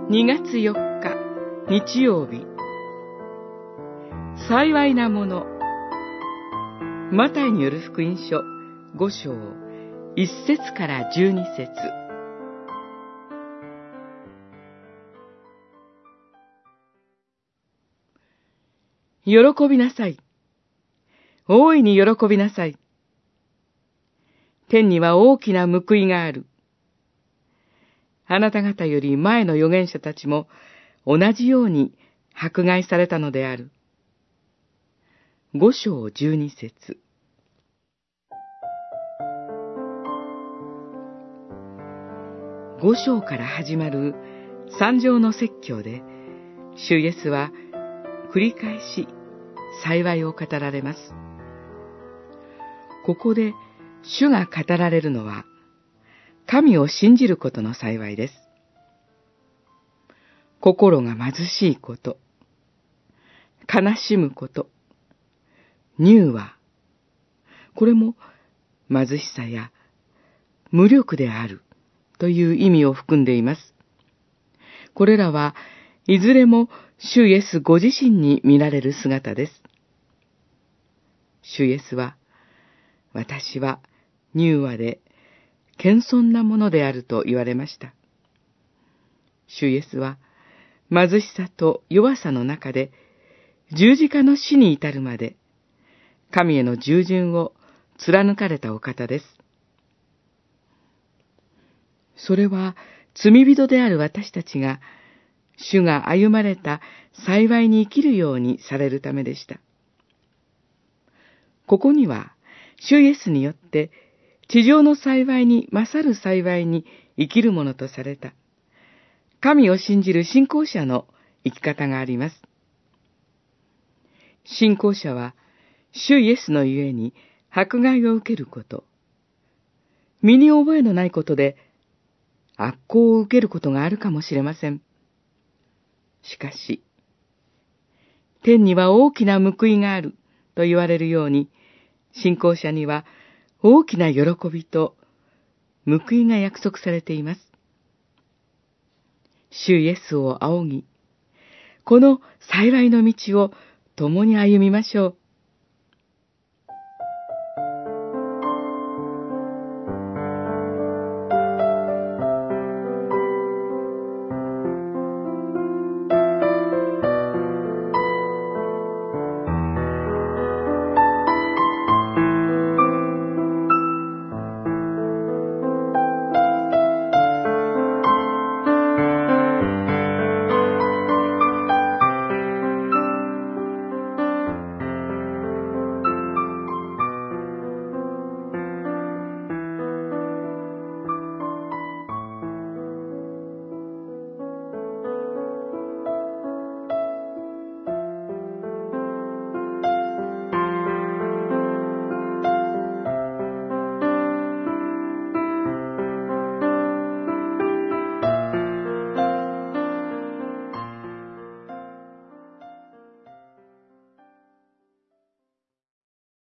2月4日日曜日、幸いなもの。マタイによる福音書5章1節から12節。喜びなさい。大いに喜びなさい。天には大きな報いがある。あなた方より前の預言者たちも同じように迫害されたのである。5章12節。5章から始まる三条の説教で、主イエスは繰り返し幸いを語られます。ここで主が語られるのは、神を信じることの幸いです。心が貧しいこと、悲しむこと、乳和、これも貧しさや無力であるという意味を含んでいます。これらはいずれも主イエスご自身に見られる姿です。主イエスは、私は乳和で謙遜なものであると言われました。主イエスは貧しさと弱さの中で十字架の死に至るまで神への従順を貫かれたお方です。それは罪人である私たちが主が歩まれた幸いに生きるようにされるためでした。ここには主イエスによって地上の幸いに勝る幸いに生きるものとされた、神を信じる信仰者の生き方があります。信仰者は、主イエスのゆえに迫害を受けること、身に覚えのないことで悪行を受けることがあるかもしれません。しかし、天には大きな報いがあると言われるように、信仰者には大きな喜びと報いが約束されています。主イエスを仰ぎ、この幸いの道を共に歩みましょう。